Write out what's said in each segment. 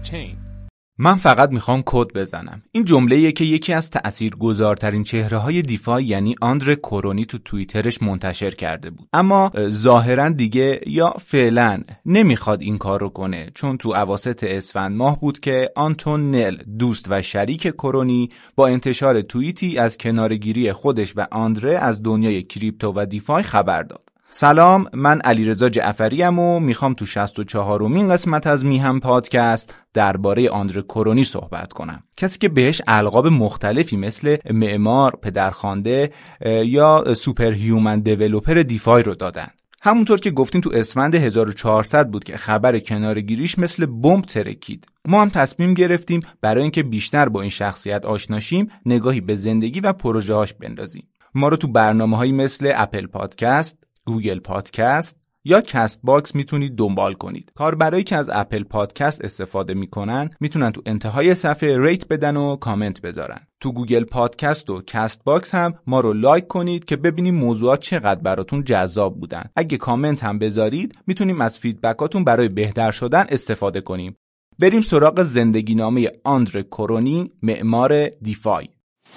blockchain. من فقط میخوام کد بزنم. این جمله‌ایه که یکی از تأثیرگذارترین چهره‌های دیفای یعنی آندره کورونی تو توییترش منتشر کرده بود. اما ظاهراً دیگه یا فعلاً نمیخواد این کار رو کنه، چون تو اواسط اسفند ماه بود که آنتون نل، دوست و شریک کورونی، با انتشار توییتی از کنارگیری خودش و آندره از دنیای کریپتو و دیفای خبر داد. سلام، من علیرضا جعفریم و میخوام تو 64مین قسمت از میهم پادکست درباره آندره کورونی صحبت کنم. کسی که بهش القاب مختلفی مثل معمار، پدرخوانده یا سوپر هیومن دیولپر دیفای رو دادن. همونطور که گفتیم تو اسفند 1400 بود که خبر کنارگیریش مثل بمب ترکید. ما هم تصمیم گرفتیم برای اینکه بیشتر با این شخصیت آشناشیم نگاهی به زندگی و پروژه‌هاش بندازیم. ما رو تو برنامه‌هایی مثل اپل پادکست، گوگل پادکست یا کست باکس میتونید دنبال کنید. کاربرایی که از اپل پادکست استفاده میکنن میتونن تو انتهای صفحه ریت بدن و کامنت بذارن. تو گوگل پادکست و کست باکس هم ما رو لایک کنید که ببینیم موضوعات چقدر براتون جذاب بودن. اگه کامنت هم بذارید میتونیم از فیدبکاتون برای بهتر شدن استفاده کنیم. بریم سراغ زندگی نامه آندره کورونی، معمار دیفای.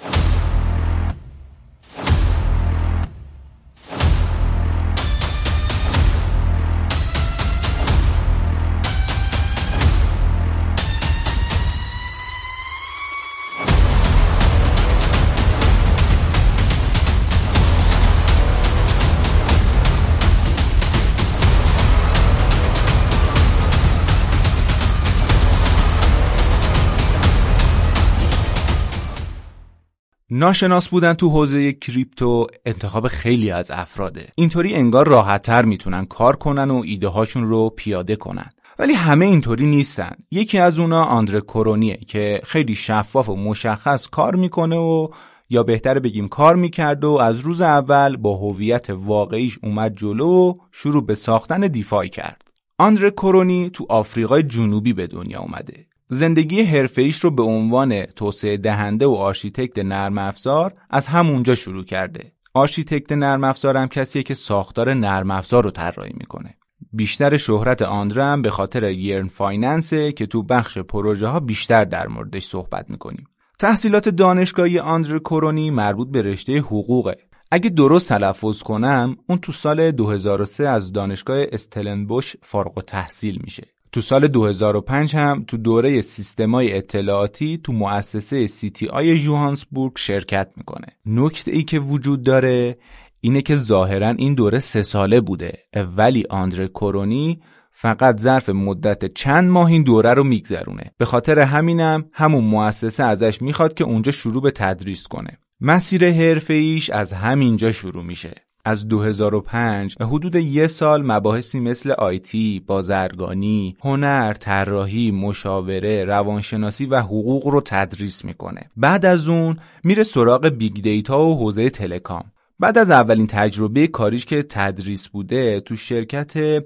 ناشناس بودن تو حوزه کریپتو انتخاب خیلی از افراده. اینطوری انگار راحت‌تر میتونن کار کنن و ایده هاشون رو پیاده کنن. ولی همه اینطوری نیستن. یکی از اونا آندره کورونیه که خیلی شفاف و مشخص کار میکنه و یا بهتره بگیم کار میکرد و از روز اول با هویت واقعیش اومد جلو و شروع به ساختن دیفای کرد. آندره کورونی تو آفریقای جنوبی به دنیا اومده. زندگی حرفه‌ایش رو به عنوان توسعه دهنده و آرشیتکت نرم افزار از همونجا شروع کرده. آرشیتکت نرم افزار هم کسیه که ساختار نرم افزار رو طراحی میکنه. بیشتر شهرت آندره هم به خاطر یرن فایننسه که تو بخش پروژه ها بیشتر در موردش صحبت میکنیم. تحصیلات دانشگاهی آندره کورونی مربوط به رشته حقوقه. اگه درست تلفظ کنم اون تو سال 2003 از دانشگاه استلنبوش فارغ التحصیل میشه. تو سال 2005 هم تو دوره سیستمای اطلاعاتی تو مؤسسه CTI جوهانسبورگ شرکت میکنه. نکته ای که وجود داره اینه که ظاهراً این دوره 3 ساله بوده، ولی آندره کورونی فقط ظرف مدت چند ماه این دوره رو میگذرونه. به خاطر همینم همون مؤسسه ازش میخواد که اونجا شروع به تدریس کنه. مسیر حرفه‌ایش از همینجا شروع میشه. از 2005 حدود 1 سال مباحثی مثل آیتی، بازرگانی، هنر، طراحی، مشاوره، روانشناسی و حقوق رو تدریس میکنه. بعد از اون میره سراغ بیگ دیتا و حوزه تلکام. بعد از اولین تجربه کاریش که تدریس بوده تو شرکت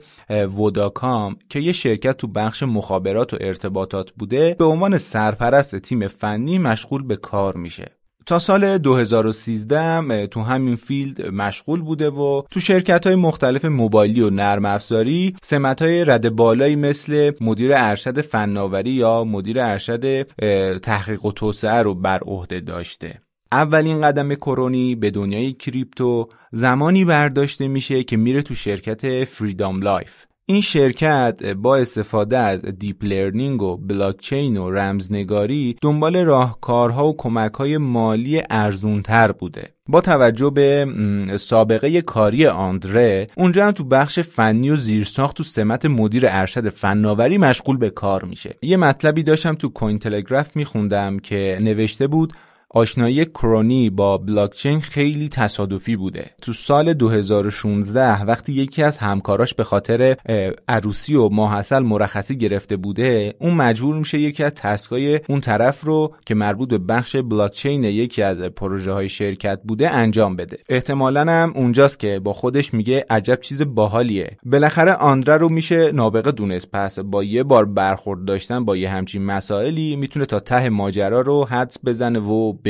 وداکام که یه شرکت تو بخش مخابرات و ارتباطات بوده، به عنوان سرپرست تیم فنی مشغول به کار میشه. تا سال 2013 تو همین فیلد مشغول بوده و تو شرکت‌های مختلف موبایلی و نرم افزاری سمت‌های رد بالایی مثل مدیر ارشد فناوری یا مدیر ارشد تحقیق و توسعه رو بر عهده داشته. اولین قدم کورونی به دنیای کریپتو زمانی برداشته میشه که میره تو شرکت فریدام لایف. این شرکت با استفاده از دیپ لرنینگ و بلاکچین و رمزنگاری دنبال راهکارها و کمک‌های مالی ارزونتر بوده. با توجه به سابقه کاری آندره، اونجا هم تو بخش فنی و زیرساخت تو سمت مدیر ارشد فناوری مشغول به کار میشه. یه مطلبی داشتم تو کوین تلگراف میخوندم که نوشته بود آشنایی کورونی با بلاکچین خیلی تصادفی بوده. تو سال 2016 وقتی یکی از همکاراش به خاطر عروسی و ماحصل مرخصی گرفته بوده، اون مجبور میشه یکی از تسکای اون طرف رو که مربوط به بخش بلاکچین یکی از پروژه های شرکت بوده انجام بده. احتمالاً هم اونجاست که با خودش میگه عجب چیز باحالیه. بالاخره آندره رو میشه نابغه دونست، پس با یه بار برخورد داشتن با یه همچین مسائلی میتونه تا ته ماجرا رو حدس بزنه و بره.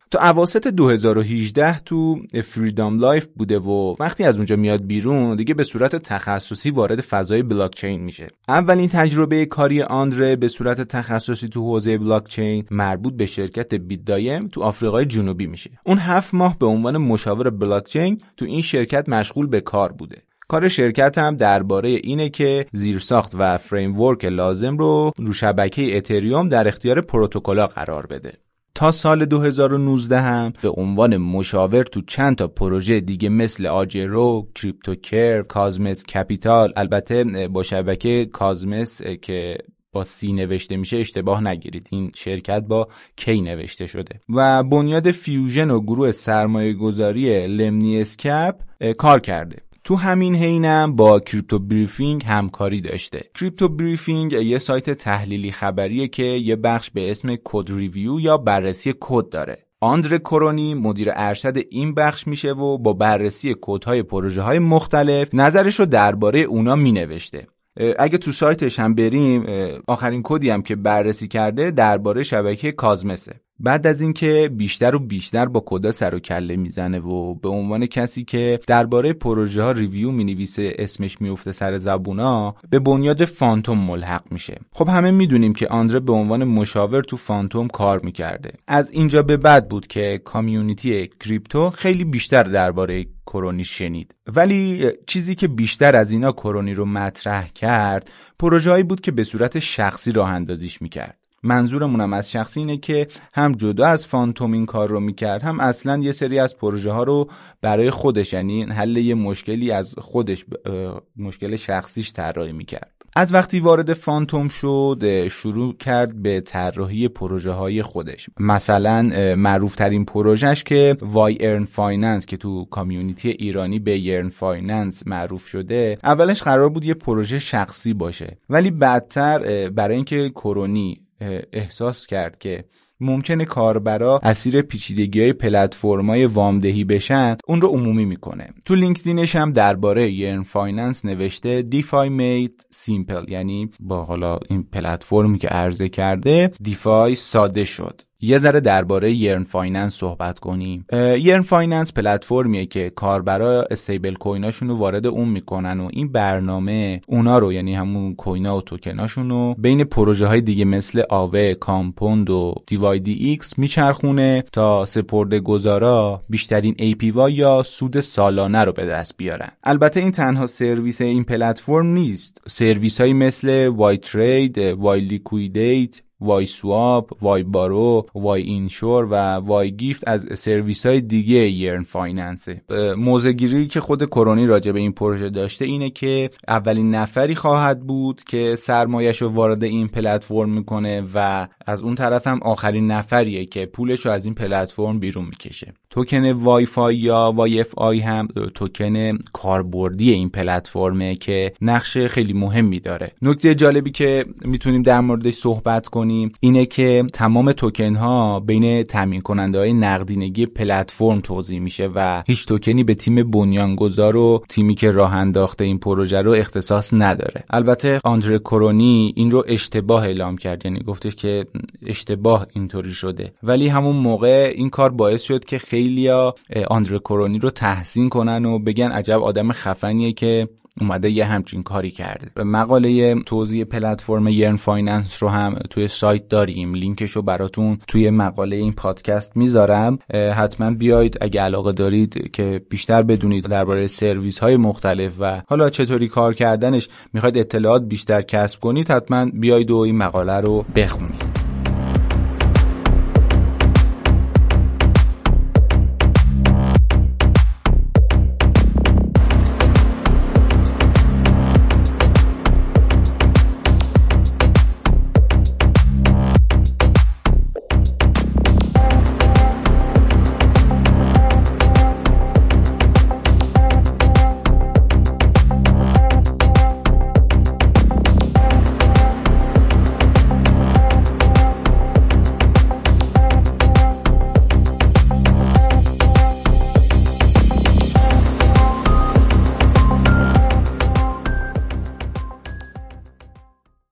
تا اواسط 2018 تو فریدام لایف بوده و وقتی از اونجا میاد بیرون دیگه به صورت تخصصی وارد فضای بلاکچین میشه. اولین تجربه کاری آندره به صورت تخصصی تو حوزه بلاکچین مربوط به شرکت بیتدایم تو آفریقای جنوبی میشه. اون 7 ماه به عنوان مشاور بلاکچین تو این شرکت مشغول به کار بوده. کار شرکت هم درباره اینه که زیرساخت و فریم ورک لازم رو شبکه اتریوم در اختیار پروتکل‌ها قرار بده. تا سال 2019 هم به عنوان مشاور تو چند تا پروژه دیگه مثل آجرو، کریپتوکر، کازمس کپیتال، البته با شبکه کازمس که با سی نوشته میشه اشتباه نگیرید، این شرکت با کی نوشته شده، و بنیاد فیوژن و گروه سرمایه گذاری لمنی اسکپ کار کرده. تو همین حینم با کریپتو بریفینگ همکاری داشته. کریپتو بریفینگ یه سایت تحلیلی خبریه که یه بخش به اسم کد ریویو یا بررسی کد داره. آندره کرونی مدیر ارشد این بخش میشه و با بررسی کدهای پروژه‌های مختلف نظرش رو درباره اونا مینوشته. اگه تو سایتش هم بریم آخرین کدی هم که بررسی کرده درباره شبکه کازمسه. بعد از اینکه بیشتر و بیشتر با کدا سر و کله میزنه و به عنوان کسی که درباره پروژه ها ریویو مینویسه اسمش میفته سر زبونا، به بنیاد فانتوم ملحق میشه. خب همه میدونیم که آندره به عنوان مشاور تو فانتوم کار میکرده. از اینجا به بعد بود که کامیونیتی کریپتو خیلی بیشتر درباره کرونی شنید. ولی چیزی که بیشتر از اینا کرونی رو مطرح کرد پروژه‌ای بود که به صورت شخصی راه اندازیش میکرد. منظورمونم از شخصی اینه که هم جدا از فانتوم این کار رو میکرد، هم اصلا یه سری از پروژه ها رو برای خودش، یعنی حل یه مشکلی از خودش، مشکل شخصیش طراحی میکرد. از وقتی وارد فانتوم شد شروع کرد به طراحی پروژه های خودش. مثلا معروف ترین پروژهش که وای ارن فایننس که تو کامیونیتی ایرانی به یرن فایننس معروف شده، اولش قرار بود یه پروژه شخصی باشه، ولی بعدتر برای اینکه کرونی احساس کرد که ممکنه کاربرا اسیر پیچیدگی‌های پلتفرم‌های وامدهی بشن، اون رو عمومی میکنه. تو لینکدینش هم درباره یرن فایننس نوشته دیفای مید سیمپل، یعنی با حالا این پلتفرمی که عرضه کرده دیفای ساده شد. یه ذره درباره یرن فایننس صحبت کنیم. یرن فایننس پلتفرمیه که کاربرا استیبل کویناشون رو وارد اون میکنن و این برنامه اونا رو، یعنی همون کوینا و توکناشون رو بین پروژه های دیگه مثل آوه، کامپوند و دیوایدی ایکس میچرخونه تا سپرده‌گذارا بیشترین APY یا سود سالانه رو به دست بیارن. البته این تنها سرویس این پلتفرم نیست. سرویس های مثل وای ترید، وای لیکویدیت، وای سواب، وای بارو، وای اینشور و وای گیفت از سرویس های دیگه یرن فایننسه. موضع‌گیری که خود کرونی راجع به این پروژه داشته اینه که اولین نفری خواهد بود که سرمایه‌شو وارد این پلتفرم میکنه و از اون طرف هم آخرین نفریه که پولشو از این پلتفرم بیرون میکشه. توکن وای فای یا وای اف آی هم توکن کاربردی این پلتفرمه که نقش خیلی مهمی داره. نکته جالبی که میتونیم در موردش صحبت کنیم اینه که تمام توکن ها بین تامین کننده های نقدینگی پلتفرم توزیع میشه و هیچ توکنی به تیم بنیانگذار و تیمی که راه انداخته این پروژه رو اختصاص نداره. البته آندره کرونی این رو اشتباه اعلام کرد، یعنی گفتش که اشتباه اینطوری شده، ولی همون موقع این کار باعث شد که خیلیا آندره کرونی رو تحسین کنن و بگن عجب آدم خفنیه که اومده یه همچین کاری کرده. مقاله توضیح پلتفرم یرن فایننس رو هم توی سایت داریم، لینکش رو براتون توی مقاله این پادکست میذارم، حتما بیاید اگه علاقه دارید که بیشتر بدونید درباره سرویس های مختلف و حالا چطوری کار کردنش میخواید اطلاعات بیشتر کسب کنید، حتما بیاید و این مقاله رو بخونید.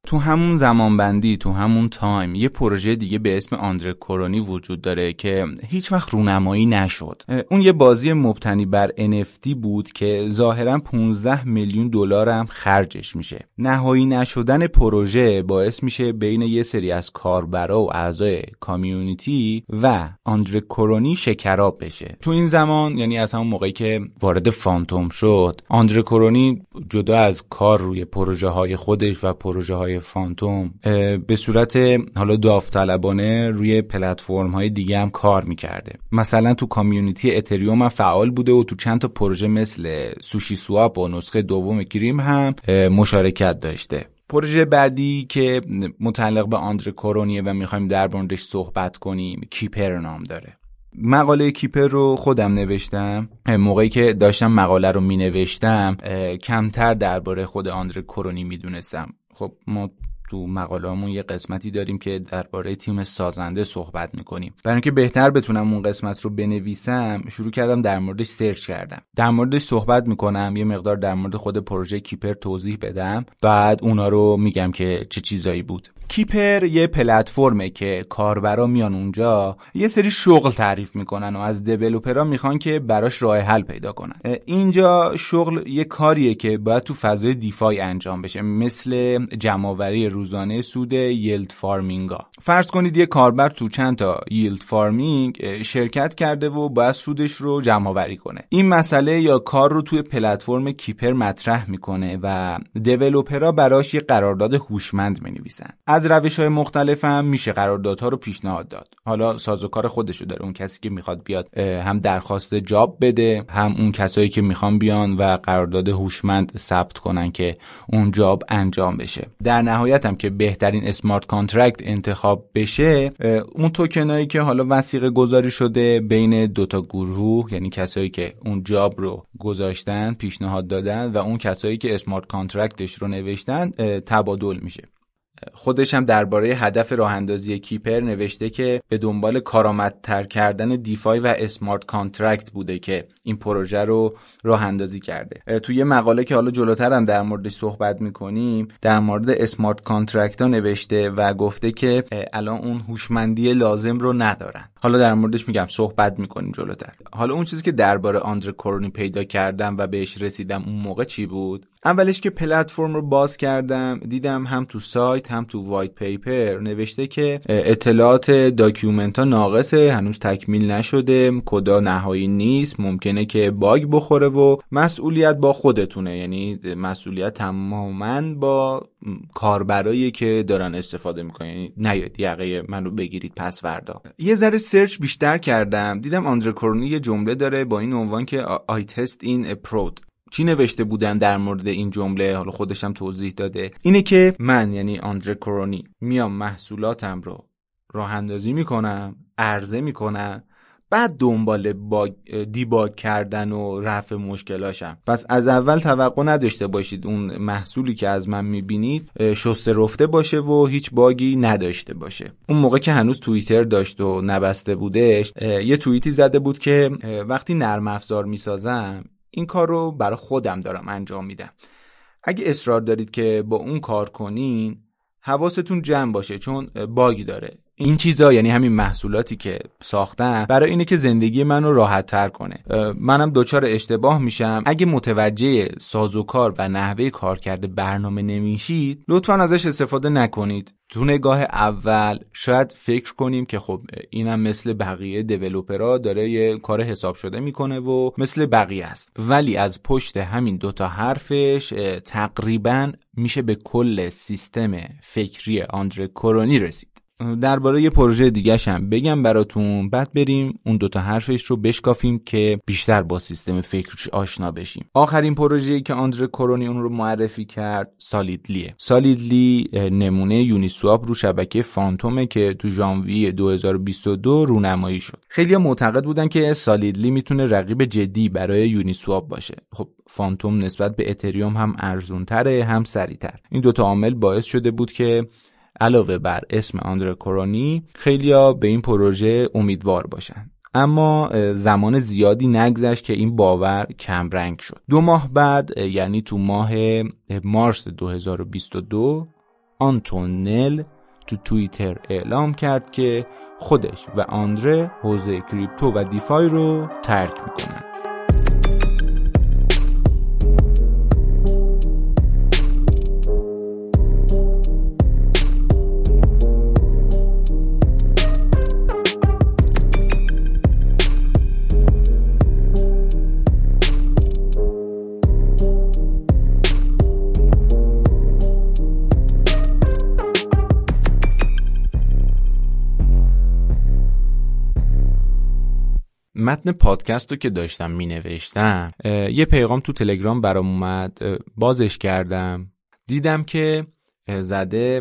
تو همون زمانبندی، تو همون تایم، یه پروژه دیگه به اسم آندره کرونی وجود داره که هیچ وقت رونمایی نشد. اون یه بازی مبتنی بر NFT بود که ظاهراً 15 میلیون دلار هم خرجش میشه. نهایی نشدن پروژه باعث میشه بین یه سری از کاربرا و اعضای کامیونیتی و آندره کرونی شکراب بشه. تو این زمان، یعنی از همون موقعی که وارد فانتوم شد، آندره کرونی جدا از کار روی پروژه های خودش و پروژه های فانتوم به صورت حالا داوطلبانه روی پلتفرم های دیگه هم کار میکرده. مثلا تو کامیونیتی اتریوم هم فعال بوده و تو چند تا پروژه مثل سوشی سواب و نسخه دوم کریم هم مشارکت داشته. پروژه بعدی که متعلق به آندره کرونیه و میخوایم در موردش صحبت کنیم، کیپر نام داره. مقاله کیپر رو خودم نوشتم. موقعی که داشتم مقاله رو مینوشتم کمتر درباره خود آندره کرونی میدونستم. خب ما تو مقاله‌مون یه قسمتی داریم که درباره تیم سازنده صحبت میکنیم. برای اینکه بهتر بتونم اون قسمت رو بنویسم، شروع کردم در موردش سرچ کردم. در موردش صحبت میکنم، یه مقدار در مورد خود پروژه کیپر توضیح بدم، بعد اونا رو میگم که چه چیزایی بود. کیپر یه پلتفرمه که کاربرا میان اونجا یه سری شغل تعریف میکنن و از دیولپرها میخوان که براش راه حل پیدا کنن. اینجا شغل یه کاریه که باید تو فضای دیفای انجام بشه، مثل جمع‌آوری روزانه سود ییلد فارمینگا. فرض کنید یه کاربر تو چند تا ییلد فارمینگ شرکت کرده و باید سودش رو جمع‌آوری کنه. این مسئله یا کار رو توی پلتفرم کیپر مطرح میکنه و دیولپرها براش یه قرارداد هوشمند مینویسن. از روش‌های مختلف هم میشه قراردادها رو پیشنهاد داد. حالا سازوکار خودشو داره. اون کسی که میخواد بیاد هم درخواست جاب بده، هم اون کسایی که میخوان بیان و قرارداد هوشمند ثبت کنن که اون جاب انجام بشه. در نهایت هم که بهترین اسمارت کانترکت انتخاب بشه، اون توکنایی که حالا وثیقه گذاری شده بین دوتا گروه، یعنی کسایی که اون جاب رو گذاشتن، پیشنهاد دادن، و اون کسایی که اسمارت کانترکتش رو نوشتن، تبادل میشه. خودش هم درباره هدف راه اندازی کیپر نوشته که به دنبال کارآمدتر کردن دیفای و اسمارت کانترکت بوده که این پروژه رو راه اندازی کرده. توی یه مقاله که حالا جلوتر هم در موردش صحبت میکنیم، در مورد اسمارت کانترکت ها نوشته و گفته که الان اون هوشمندی لازم رو ندارن. حالا در موردش میگم صحبت میکنیم جلوتر. حالا اون چیزی که درباره آندره کرونی پیدا کردم و بهش رسیدم اون موقع چی بود؟ اولش که پلتفرم رو باز کردم، دیدم هم تو سایت هم تو وایت پیپر نوشته که اطلاعات داکیومنت ها ناقصه، هنوز تکمیل نشده، کدا نهایی نیست، ممکنه که باگ بخوره و مسئولیت با خودتونه. یعنی مسئولیت تماماً با کاربرایی که دارن استفاده میکنن. یعنی نیاید یقه من رو بگیرید پس فردا. یه ذره سرچ بیشتر کردم، دیدم آندره کرونی یه جمله داره با این عنوان که I test in a prod. چی نوشته بودن در مورد این جمله؟ حالا خودشم توضیح داده. اینه که من، یعنی آندره کرونی، میام محصولاتم رو راه اندازی میکنم، عرضه میکنم، بعد دنبال دیباگ کردن و رفع مشکلاشم. پس از اول توقع نداشته باشید اون محصولی که از من میبینید شسته رفته باشه و هیچ باگی نداشته باشه. اون موقع که هنوز توییتر داشت و نبسته بودش، یه توییتی زده بود که وقتی نرم افزار میسازم این کار رو برای خودم دارم انجام میدم. اگه اصرار دارید که با اون کار کنین، حواستون جمع باشه چون باگی داره. این چیزا، یعنی همین محصولاتی که ساختم، برای اینه که زندگی منو راحت تر کنه. منم دوچار اشتباه میشم. اگه متوجه سازوکار و نحوه کارکرد برنامه نمیشید، لطفاً ازش استفاده نکنید. تو نگاه اول شاید فکر کنیم که خب اینم مثل بقیه دیولپرها داره یه کار حساب شده میکنه و مثل بقیه است، ولی از پشت همین دوتا حرفش تقریباً میشه به کل سیستم فکری آندره کرونی رسید. درباره یه پروژه دیگه‌ش هم بگم براتون، بعد بریم اون دوتا حرفش رو بشکافیم که بیشتر با سیستم فکرش آشنا بشیم. آخرین پروژه‌ای که آندره کرونی اون رو معرفی کرد سالیدلیه. سالیدلی نمونه یونی سواب رو شبکه فانتومه که تو ژانویه 2022 رونمایی شد. خیلی‌ها معتقد بودن که سالیدلی میتونه رقیب جدی برای یونی سواب باشه. خب فانتوم نسبت به اتریوم هم ارزان‌تره هم سریع‌تر. این دوتا عامل باعث شده بود که علاوه بر اسم آندره کرونی خیلیا به این پروژه امیدوار باشن. اما زمان زیادی نگذشت که این باور کم رنگ شد. 2 ماه بعد، یعنی تو ماه مارس 2022، آنتونل تو توییتر اعلام کرد که خودش و آندره حوزه کریپتو و دیفای رو ترک میکنن. متن پادکست رو که داشتم می نوشتم یه پیغام تو تلگرام برام اومد، بازش کردم، دیدم که زده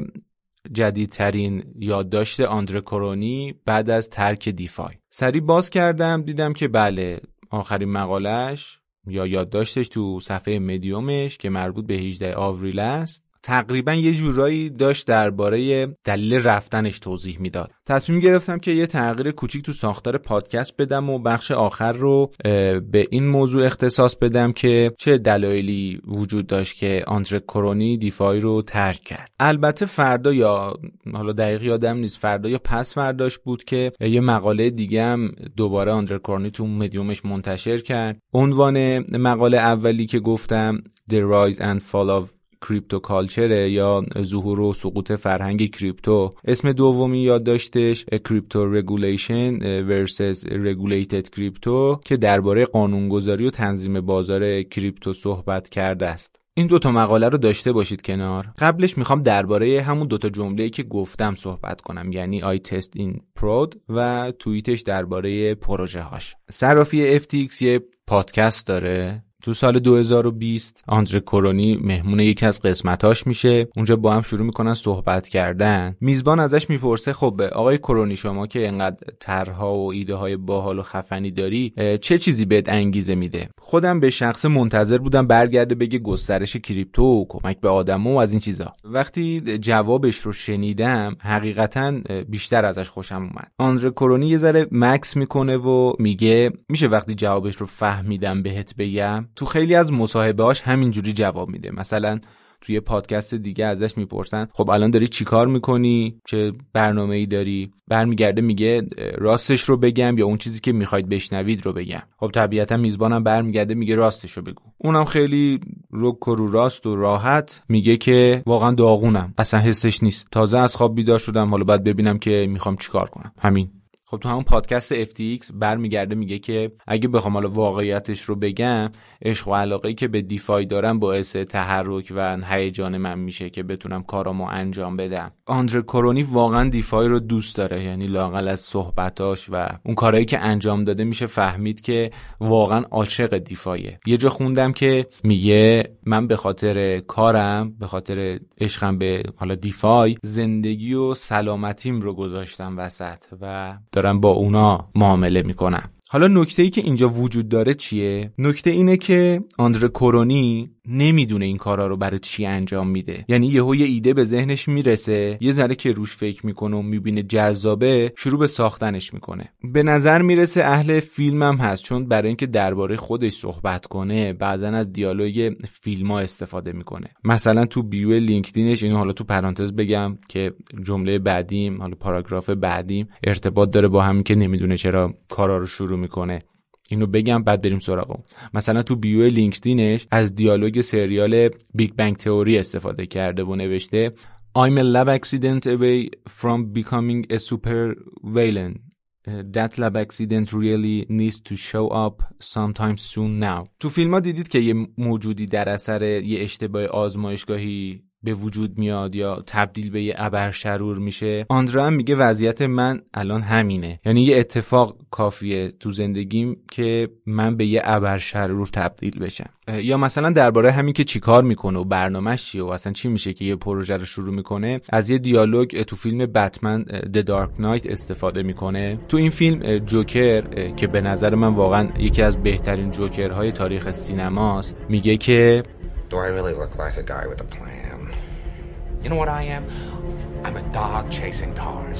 جدیدترین یادداشت آندره کورونی بعد از ترک دیفای. سریع باز کردم دیدم که بله، آخرین مقالش یا یادداشتش تو صفحه مدیومش که مربوط به 18 آوریل است تقریبا یه جورایی داشت درباره دلیل رفتنش توضیح میداد. تصمیم گرفتم که یه تغییر کوچیک تو ساختار پادکست بدم و بخش آخر رو به این موضوع اختصاص بدم که چه دلایلی وجود داشت که آندره کورونی دیفای رو ترک کرد. البته فردا یا حالا دقیق یادم نیست، فردا یا پس فرداش بود که یه مقاله دیگه هم دوباره آندره کورونی تو مدیومش منتشر کرد. عنوان مقاله اولی که گفتم The Rise and Fall of کریپتو کالچره یا ظهور و سقوط فرهنگ کریپتو، اسم دومی یادداشتش کریپتو رگولیشن ورسس رگولیتد کریپتو که درباره قانونگذاری و تنظیم بازار کریپتو صحبت کرده است. این دوتا مقاله رو داشته باشید کنار. قبلش میخوام درباره همون دوتا جمله‌ای که گفتم صحبت کنم، یعنی I test in prod و توییتش درباره پروژه هاش. صرافی FTX یه پادکست داره. تو سال 2020 آندره کورونی مهمون یکی از قسمتاش میشه. اونجا با هم شروع میکنن صحبت کردن. میزبان ازش میپرسه خب آقای کورونی، شما که اینقدر طرح‌ها و ایده های باحال و خفنی داری، چه چیزی بهت انگیزه میده؟ خودم به شخص منتظر بودم برگرده بگه گسترش کریپتو و کمک به آدم‌ها و از این چیزا. وقتی جوابش رو شنیدم حقیقتاً بیشتر ازش خوشم اومد. آندره کورونی یه ذره مکس میکنه و میگه میشه وقتی جوابش رو فهمیدم بهت بگم. تو خیلی از مصاحبه‌هاش همینجوری جواب میده. مثلا توی پادکست دیگه ازش میپرسن خب الان داری چی کار میکنی؟ چه برنامه‌ای داری؟ برمیگرده میگه راستش رو بگم یا اون چیزی که میخواید بشنوید رو بگم. خب طبیعتا میزبانم برمیگرده میگه راستش رو بگو. اونم خیلی رک و رو راست و راحت میگه که واقعا داغونم، اصلا حسش نیست، تازه از خواب بیدار شدم، حالا باید ببینم که میخوام چی کار کنم. همین. خب تو همون پادکست FTX برمیگرده میگه که اگه بخوام حالا واقعیتش رو بگم، عشق و علاقه‌ای که به دیفای دارم باعث تحرک و هیجان من میشه که بتونم کارامو انجام بدم. آندره کورونی واقعا دیفای رو دوست داره، یعنی لااقل از صحبتاش و اون کارهایی که انجام داده میشه فهمید که واقعا عاشق دیفایه. یه جا خوندم که میگه من به خاطر کارم، به خاطر عشقم به حالا دیفای، زندگی و سلامتیم رو گذاشتم وسط و دارم با اونا معامله میکنم. حالا نکته‌ای که اینجا وجود داره چیه؟ نکته اینه که آندره کورونی نمیدونه این کارا رو برای چی انجام میده. یعنی یهو یه ایده به ذهنش میرسه، یه ذره که روش فکر میکنه و میبینه جذابه، شروع به ساختنش میکنه. به نظر میرسه اهل فیلم هم هست، چون برای اینکه درباره خودش صحبت کنه بعضن از دیالوگ فیلم‌ها استفاده میکنه. مثلا تو بیو لینکدینش، اینو حالا تو پرانتز بگم که جمله بعدیم، حالا پاراگراف بعدیم ارتباط داره با همین که نمیدونه چرا کارا رو شروع میکنه. اینو بگم بعد بریم سراغم. مثلا تو بیو لینکدینش از دیالوگ سریال بیگ بنگ تئوری استفاده کرده و نوشته I'm a lab accident away from becoming a super villain. That lab accident really needs to show up sometime soon now. تو فیلم ها دیدید که یه موجودی در اثر یه اشتباه آزمایشگاهی به وجود میاد یا تبدیل به یه ابرشرور میشه. آندره هم میگه وضعیت من الان همینه، یعنی یه اتفاق کافیه تو زندگیم که من به یه ابرشرور تبدیل بشم. یا مثلا درباره همین که چیکار میکنه و برنامه‌اش چیه و اصلا چی میشه که یه پروژه رو شروع میکنه، از یه دیالوگ تو فیلم بتمن The Dark Knight استفاده میکنه. تو این فیلم جوکر که به نظر من واقعا یکی از بهترین جوکرهای تاریخ سینماست، میگه که Do I really look like a guy with a plan? You know what I am? I'm a dog chasing cars.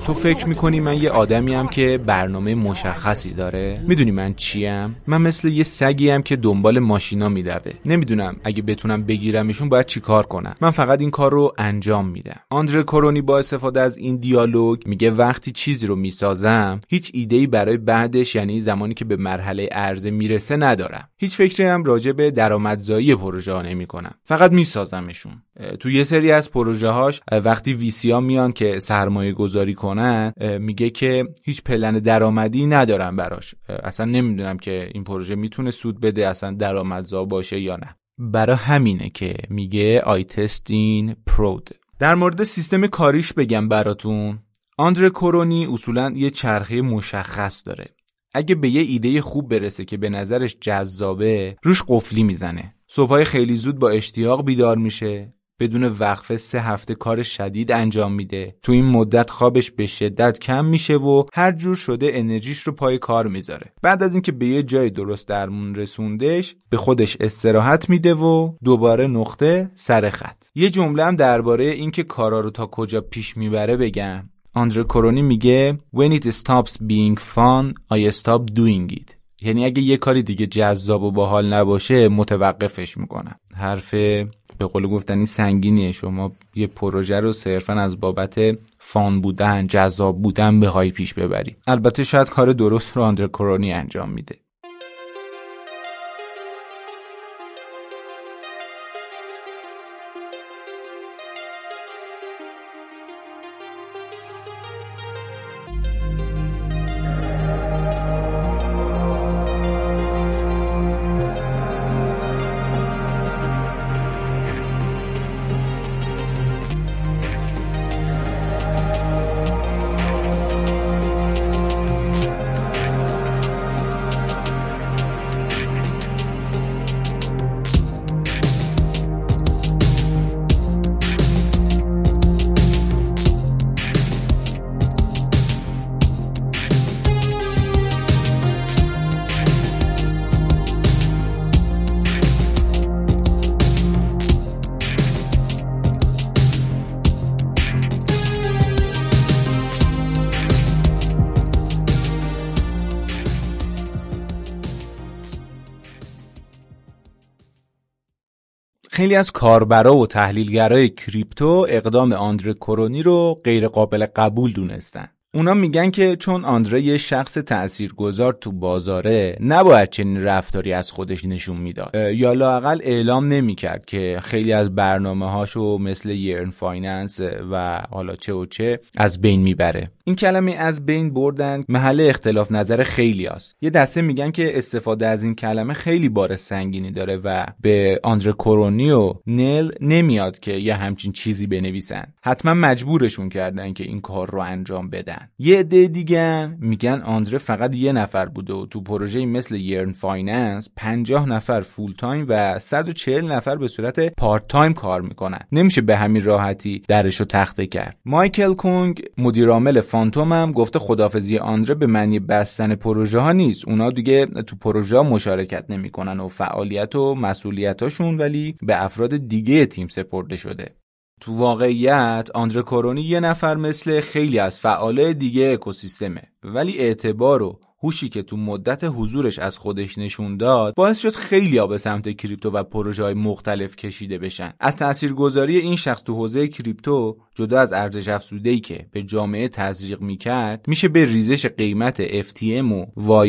تو فکر میکنی من یه آدمیم که برنامه مشخصی داره؟ میدونی من چیم؟ من مثل یه سگیم که دنبال ماشینا میدوه. نمیدونم اگه بتونم بگیرمشون باید چی کار کنم. من فقط این کار رو انجام میدم. آندره کورونی با استفاده از این دیالوگ میگه وقتی چیزی رو میسازم هیچ ایده‌ای برای بعدش، یعنی زمانی که به مرحله عرضه میرسه ندارم. هیچ فکری هم راجع به درآمدزایی پروژه ها نمی‌کنم. فقط میسازمشون. تو یه سری از پروژه‌هاش وقتی ویسی‌ها میان که سرمایه گذاری کنن میگه که هیچ پلن درآمدی ندارم براش. اصلا نمیدونم که این پروژه میتونه سود بده، اصلا درآمدزا باشه یا نه. برای همینه که میگه I test in prod. در مورد سیستم کاریش بگم براتون. آندره کورونی اصولاً یه چرخه مشخص داره. اگه به یه ایده خوب برسه که به نظرش جذابه، روش قفلی میزنه. صبحای خیلی زود با اشتیاق بیدار میشه، بدون وقفه 3 هفته کار شدید انجام میده. تو این مدت خوابش به شدت کم میشه و هر جور شده انرژیش رو پای کار میذاره. بعد از اینکه به یه جای درست درمون رسوندش، به خودش استراحت میده و دوباره نقطه سر خط. یه جمله هم درباره اینکه کارا رو تا کجا پیش میبره بگم. آندره کورونی میگه When it stops being fun, I stop doing it. یعنی اگه یه کاری دیگه جذاب و باحال نباشه متوقفش میکنم. حرف به قول گفتنی سنگینیه. شما یه پروژه رو صرفاً از بابت فان بودن، جذاب بودن بخوای پیش ببری. البته شاید کار درست رو آندره کورونی انجام میده. خیلی از کاربرا و تحلیلگرای کریپتو اقدام آندره کورونی رو غیر قابل قبول دونستن. اونا میگن که چون آندره یه شخص تاثیرگذار تو بازاره نباید چنین رفتاری از خودش نشون میداد یا لااقل اعلام نمیکرد که خیلی از برنامه‌هاشو مثل یرن فایننس و حالا چه و چه از بین میبره. این کلمه از بین بردن محل اختلاف نظر خیلی هست. یه دسته میگن که استفاده از این کلمه خیلی بار سنگینی داره و به آندره کورونی و نل نمیاد که یه همچین چیزی بنویسن. حتما مجبورشون کردن که این کار رو انجام بدن. یه عده دیگه میگن آندره فقط یه نفر بوده و تو پروژه‌ای مثل یرن فایننس 50 نفر فول تایم و 140 نفر به صورت پارت تایم کار میکنن. نمیشه به همین راحتی درشو تخته کرد. مایکل کونگ مدیر عامل فانتوم هم گفته خداحافظی آندره به معنی بستن پروژه ها نیست. اونا دیگه تو پروژه ها مشارکت نمیکنن و فعالیت و مسئولیتاشون ولی به افراد دیگه تیم سپرده شده. تو واقعیت آندره کورونی یه نفر مثل خیلی از فعالای دیگه اکوسیستمه، ولی اعتبار و هوشی که تو مدت حضورش از خودش نشون داد باعث شد خیلی‌ها به سمت کریپتو و پروژه‌های مختلف کشیده بشن. از تاثیرگذاری این شخص تو حوزه کریپتو جدا از ارزش افزوده‌ای که به جامعه تزریق می‌کرد، میشه به ریزش قیمت FTM و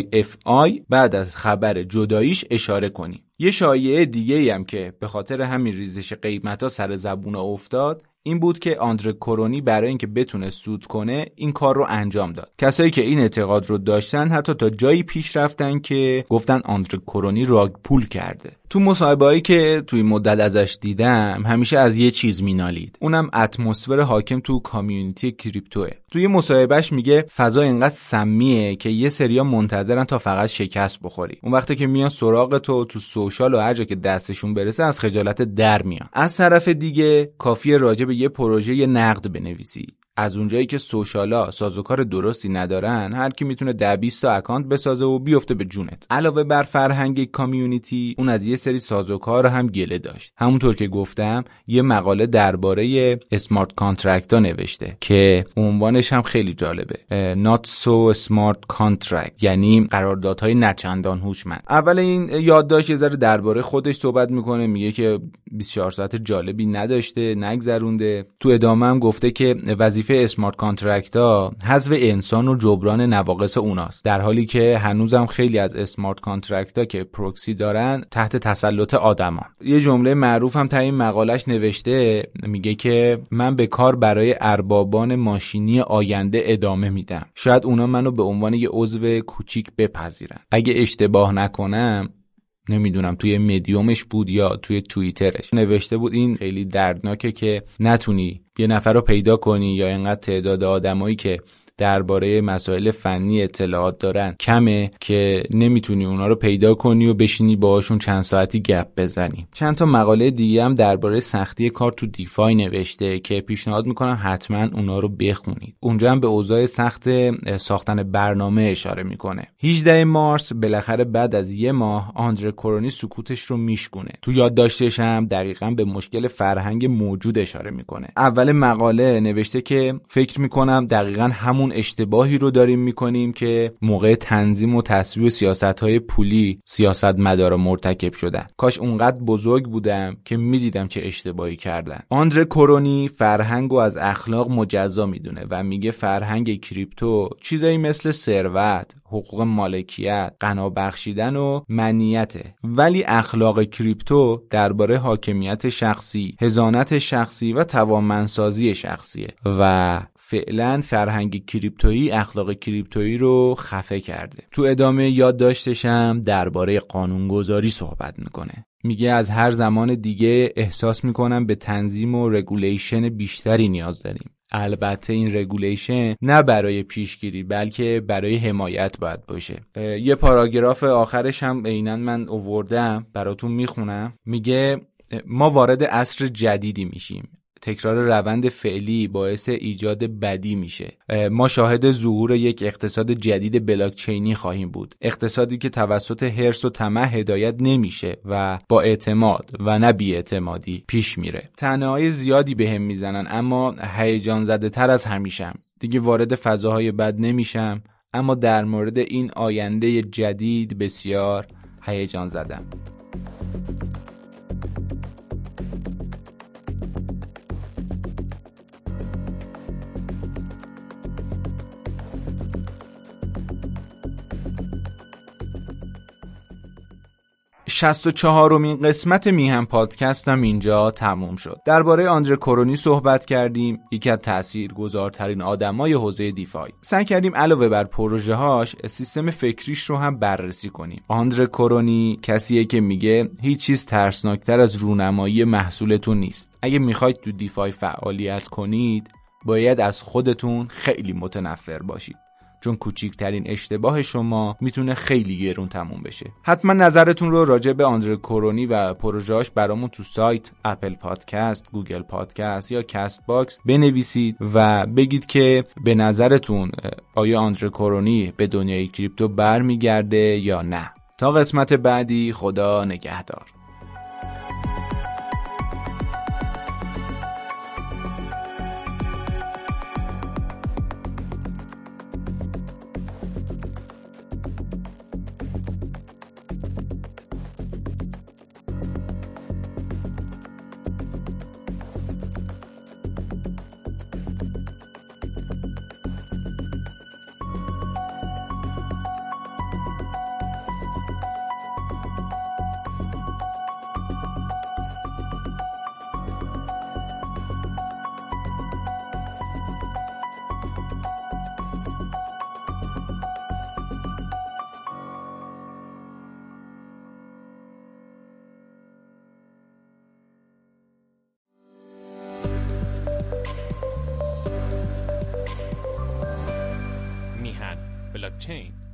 YFI بعد از خبر جداییش اشاره کنیم. یه شایعه دیگه‌ای هم که به خاطر همین ریزش قیمت‌ها سر زبون افتاد این بود که آندره کورونی برای اینکه بتونه سود کنه این کار رو انجام داد. کسایی که این اعتقاد رو داشتن حتی تا جایی پیش رفتن که گفتن آندره کورونی راگ پول کرده. تو مصاحبه‌ای که توی مدت ازش دیدم همیشه از یه چیز مینالید، اونم اتمسفر حاکم تو کامیونیتی کریپتوه. توی مصاحبهش میگه فضا اینقدر سمیه که یه سریا منتظرن تا فقط شکست بخوری. اون وقتی که میان سراغ تو سوشال و هر جا که دستشون برسه از خجالت در میان. از طرف دیگه کافیه راجع به یه پروژه یه نقد بنویسی، از اونجایی که سوشالا سازوکار درستی ندارن، هر کی میتونه 10-20 تا اکانت بسازه و بیفته به جونت. علاوه بر فرهنگ کامیونیتی، اون از یه سری سازوکار هم گله داشت. همونطور که گفتم یه مقاله درباره اسمارت کانترکت‌ها نوشته که عنوانش هم خیلی جالبه، Not So Smart Contract، یعنی قراردادهای نچندان هوشمند. اول این یادداشت یه ذره درباره خودش صحبت میکنه، میگه که 24 ساعت جالبی نداشته، نگذرونده. تو ادامه هم گفته که وظیفه اسمارت کانترکت‌ها حذف انسان و جبران نواقص اوناست، در حالی که هنوزم خیلی از اسمارت کانترکت‌ها که پروکسی دارن تحت تسلط آدما. یه جمله معروف هم تا این مقالش نوشته، میگه که من به کار برای اربابان ماشینی آینده ادامه میدم. شاید اونا منو به عنوان یه عضو کوچیک بپذیرن. اگه اشتباه نکنم، نمیدونم توی مدیومش بود یا توی توییترش نوشته بود این خیلی دردناکه که نتونی یه نفر رو پیدا کنی یا اینقدر تعداد آدمایی که درباره مسائل فنی اطلاعات دارن کمه که نمیتونی اونا رو پیدا کنی و بشینی باهاشون چند ساعتی گپ بزنی. چند تا مقاله دیگه هم درباره سختی کار تو دیفای نوشته که پیشنهاد میکنم حتما اونا رو بخونید. اونجا هم به اوضاع سخت ساختن برنامه اشاره میکنه. 18 مارس بالاخره بعد از یه ماه آندره کورونی سکوتش رو میشکونه. تو یادداشتش هم دقیقاً به مشکل فرهنگ موجود اشاره میکنه. اول مقاله نوشته که فکر میکنم دقیقاً همون اشتباهی رو داریم میکنیم که موقع تنظیم و تصویب سیاست‌های پولی سیاستمدارا مرتکب شدن. کاش اونقدر بزرگ بودم که میدیدم چه اشتباهی کردن. آندره کورونی فرهنگ رو از اخلاق مجزا میدونه و میگه فرهنگ کریپتو چیزایی مثل ثروت، حقوق مالکیت، غنا بخشیدن و منیته، ولی اخلاق کریپتو درباره حاکمیت شخصی، حضانت شخصی و توانمندسازی شخصیه و فعلا فرهنگ کریپتویی اخلاق کریپتویی رو خفه کرده. تو ادامه یادداشتشم درباره قانونگذاری صحبت میکنه. میگه از هر زمان دیگه احساس میکنم به تنظیم و رگولیشن بیشتری نیاز داریم. البته این رگولیشن نه برای پیشگیری بلکه برای حمایت باید باشه. یه پاراگراف آخرش هم عیناً من آوردم براتون میخونم. میگه ما وارد عصر جدیدی میشیم. تکرار روند فعلی باعث ایجاد بدی میشه. ما شاهد ظهور یک اقتصاد جدید بلاکچینی خواهیم بود. اقتصادی که توسط حرص و طمع هدایت نمیشه و با اعتماد و نه بی‌اعتمادی پیش میره. طعنه‌های زیادی بهم میزنن اما هیجان زده تر از همیشم. دیگه وارد فضاهای بد نمیشم، اما در مورد این آینده جدید بسیار هیجان زدم. 64مین قسمت میهن پادکستم اینجا تموم شد. درباره آندره کورونی صحبت کردیم، یکی از تاثیرگذارترین آدمای حوزه دیفای. سعی کردیم علاوه بر پروژه‌هاش سیستم فکریش رو هم بررسی کنیم. آندره کورونی کسیه که میگه هیچ چیز ترسناکتر از رونمایی محصولتون نیست. اگه میخواید تو دیفای فعالیت کنید، باید از خودتون خیلی متنفر باشید، چون کوچکترین اشتباه شما میتونه خیلی گرون تموم بشه. حتما نظرتون رو راجع به آندره کورونی و پروژه‌اش برامون تو سایت اپل پادکست، گوگل پادکست یا کست باکس بنویسید و بگید که به نظرتون آیا آندره کورونی به دنیای کریپتو برمیگرده یا نه. تا قسمت بعدی، خدا نگهدار. میهن بلاکچین